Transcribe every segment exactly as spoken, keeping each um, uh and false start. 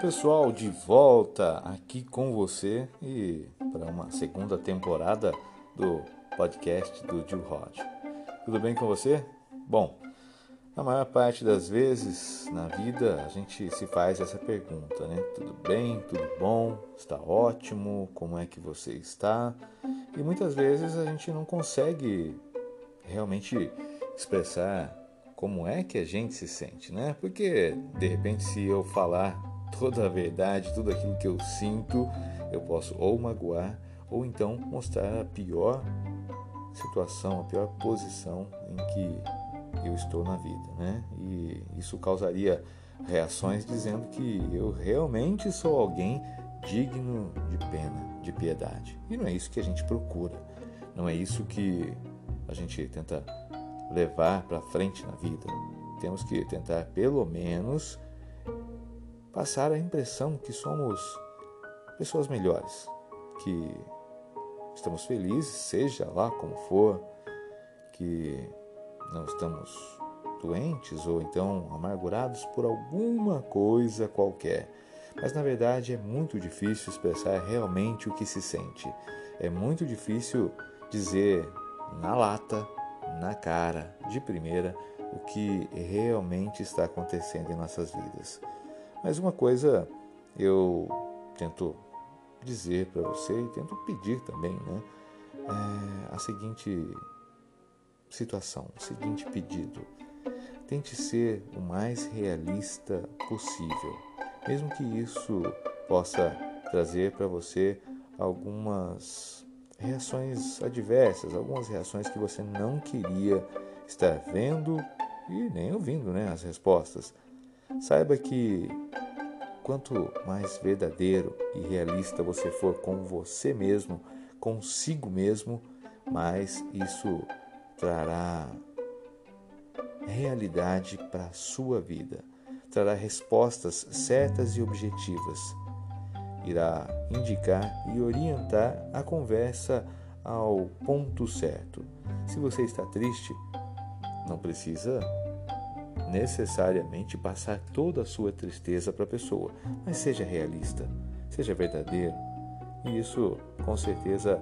pessoal, de volta aqui com você e para uma segunda temporada do podcast do Jill Rod. Tudo bem com você? Bom, a maior parte das vezes na vida a gente se faz essa pergunta, né? Tudo bem? Tudo bom? Está ótimo? Como é que você está? E muitas vezes a gente não consegue realmente expressar como é que a gente se sente, né? Porque, de repente, se eu falar toda a verdade, tudo aquilo que eu sinto, eu posso ou magoar, ou então mostrar a pior situação, a pior posição em que eu estou na vida, né? E isso causaria reações dizendo que eu realmente sou alguém digno de pena, de piedade. E não é isso que a gente procura, não é isso que a gente tenta levar para frente na vida. Temos que tentar, pelo menos, passar a impressão que somos pessoas melhores, que estamos felizes, seja lá como for, que não estamos doentes ou então amargurados por alguma coisa qualquer. Mas, na verdade, é muito difícil expressar realmente o que se sente. É muito difícil dizer na lata, na cara, de primeira, o que realmente está acontecendo em nossas vidas. Mas uma coisa eu tento dizer para você e tento pedir também, né? É a seguinte situação, o seguinte pedido. Tente ser o mais realista possível, mesmo que isso possa trazer para você algumas reações adversas, algumas reações que você não queria estar vendo e nem ouvindo, né, as respostas. Saiba que quanto mais verdadeiro e realista você for com você mesmo, consigo mesmo, mais isso trará realidade para a sua vida, trará respostas certas e objetivas. Irá indicar e orientar a conversa ao ponto certo. Se você está triste, não precisa necessariamente passar toda a sua tristeza para a pessoa, mas seja realista, seja verdadeiro. E isso, com certeza,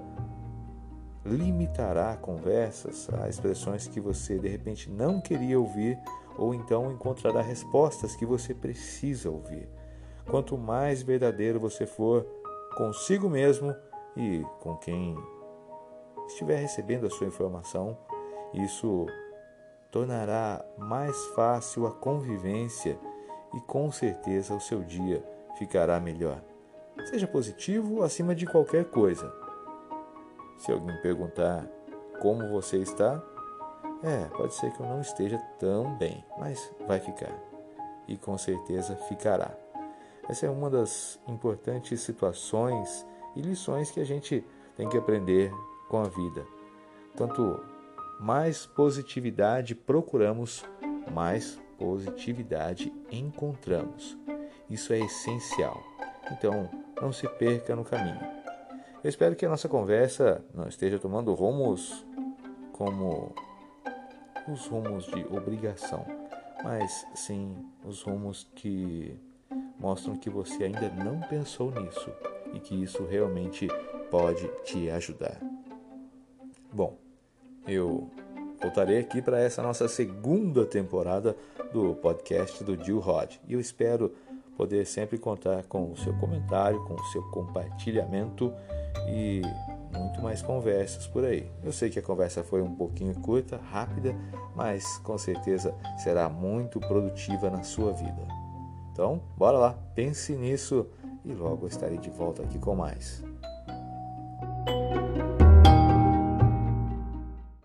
limitará conversas a expressões que você, de repente, não queria ouvir ou então encontrará respostas que você precisa ouvir. Quanto mais verdadeiro você for consigo mesmo e com quem estiver recebendo a sua informação, isso tornará mais fácil a convivência e com certeza o seu dia ficará melhor. Seja positivo acima de qualquer coisa. Se alguém perguntar como você está, é, pode ser que eu não esteja tão bem, mas vai ficar. E com certeza ficará. Essa é uma das importantes situações e lições que a gente tem que aprender com a vida. Quanto mais positividade procuramos, mais positividade encontramos. Isso é essencial. Então, não se perca no caminho. Eu espero que a nossa conversa não esteja tomando rumos como os rumos de obrigação, mas sim os rumos que mostram que você ainda não pensou nisso e que isso realmente pode te ajudar. Bom, eu voltarei aqui para essa nossa segunda temporada do podcast do Jill Rod e eu espero poder sempre contar com o seu comentário, com o seu compartilhamento e muito mais conversas por aí. Eu sei que a conversa foi um pouquinho curta, rápida, mas com certeza será muito produtiva na sua vida. Então, bora lá, pense nisso e logo eu estarei de volta aqui com mais.